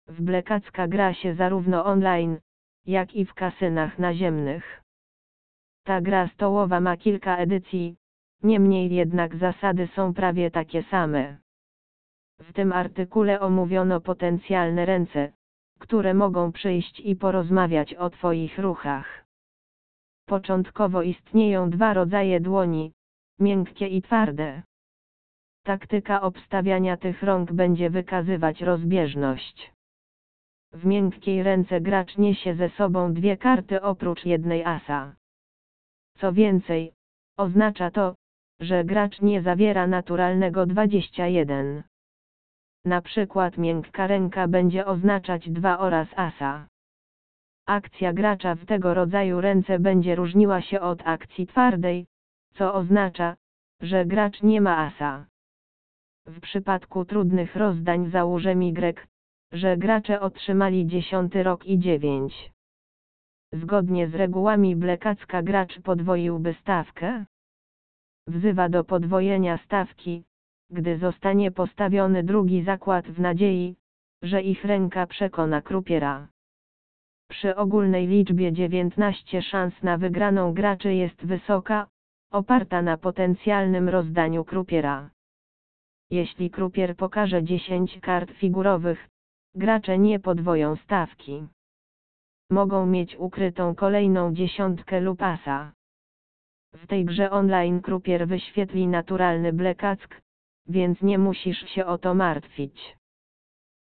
W blekacka gra się zarówno online, jak i w kasynach naziemnych. Ta gra stołowa ma kilka edycji, niemniej jednak zasady są prawie takie same. W tym artykule omówiono potencjalne ręce, które mogą przyjść i porozmawiać o Twoich ruchach. Początkowo istnieją dwa rodzaje dłoni, miękkie i twarde. Taktyka obstawiania tych rąk będzie wykazywać rozbieżność. W miękkiej ręce gracz niesie ze sobą dwie karty oprócz jednej asa. Co więcej, oznacza to, że gracz nie zawiera naturalnego 21. Na przykład miękka ręka będzie oznaczać 2 oraz asa. Akcja gracza w tego rodzaju ręce będzie różniła się od akcji twardej, co oznacza, że gracz nie ma asa. W przypadku trudnych rozdań załóżmy Y, że gracze otrzymali 10 rok i 9. Zgodnie z regułami blekacka gracz podwoiłby stawkę. Wzywa do podwojenia stawki, gdy zostanie postawiony drugi zakład w nadziei, że ich ręka przekona krupiera. Przy ogólnej liczbie 19 szans na wygraną graczy jest wysoka, oparta na potencjalnym rozdaniu krupiera. Jeśli krupier pokaże 10 kart figurowych, gracze nie podwoją stawki. Mogą mieć ukrytą kolejną dziesiątkę lub asa. W tej grze online krupier wyświetli naturalny blekack, więc nie musisz się o to martwić.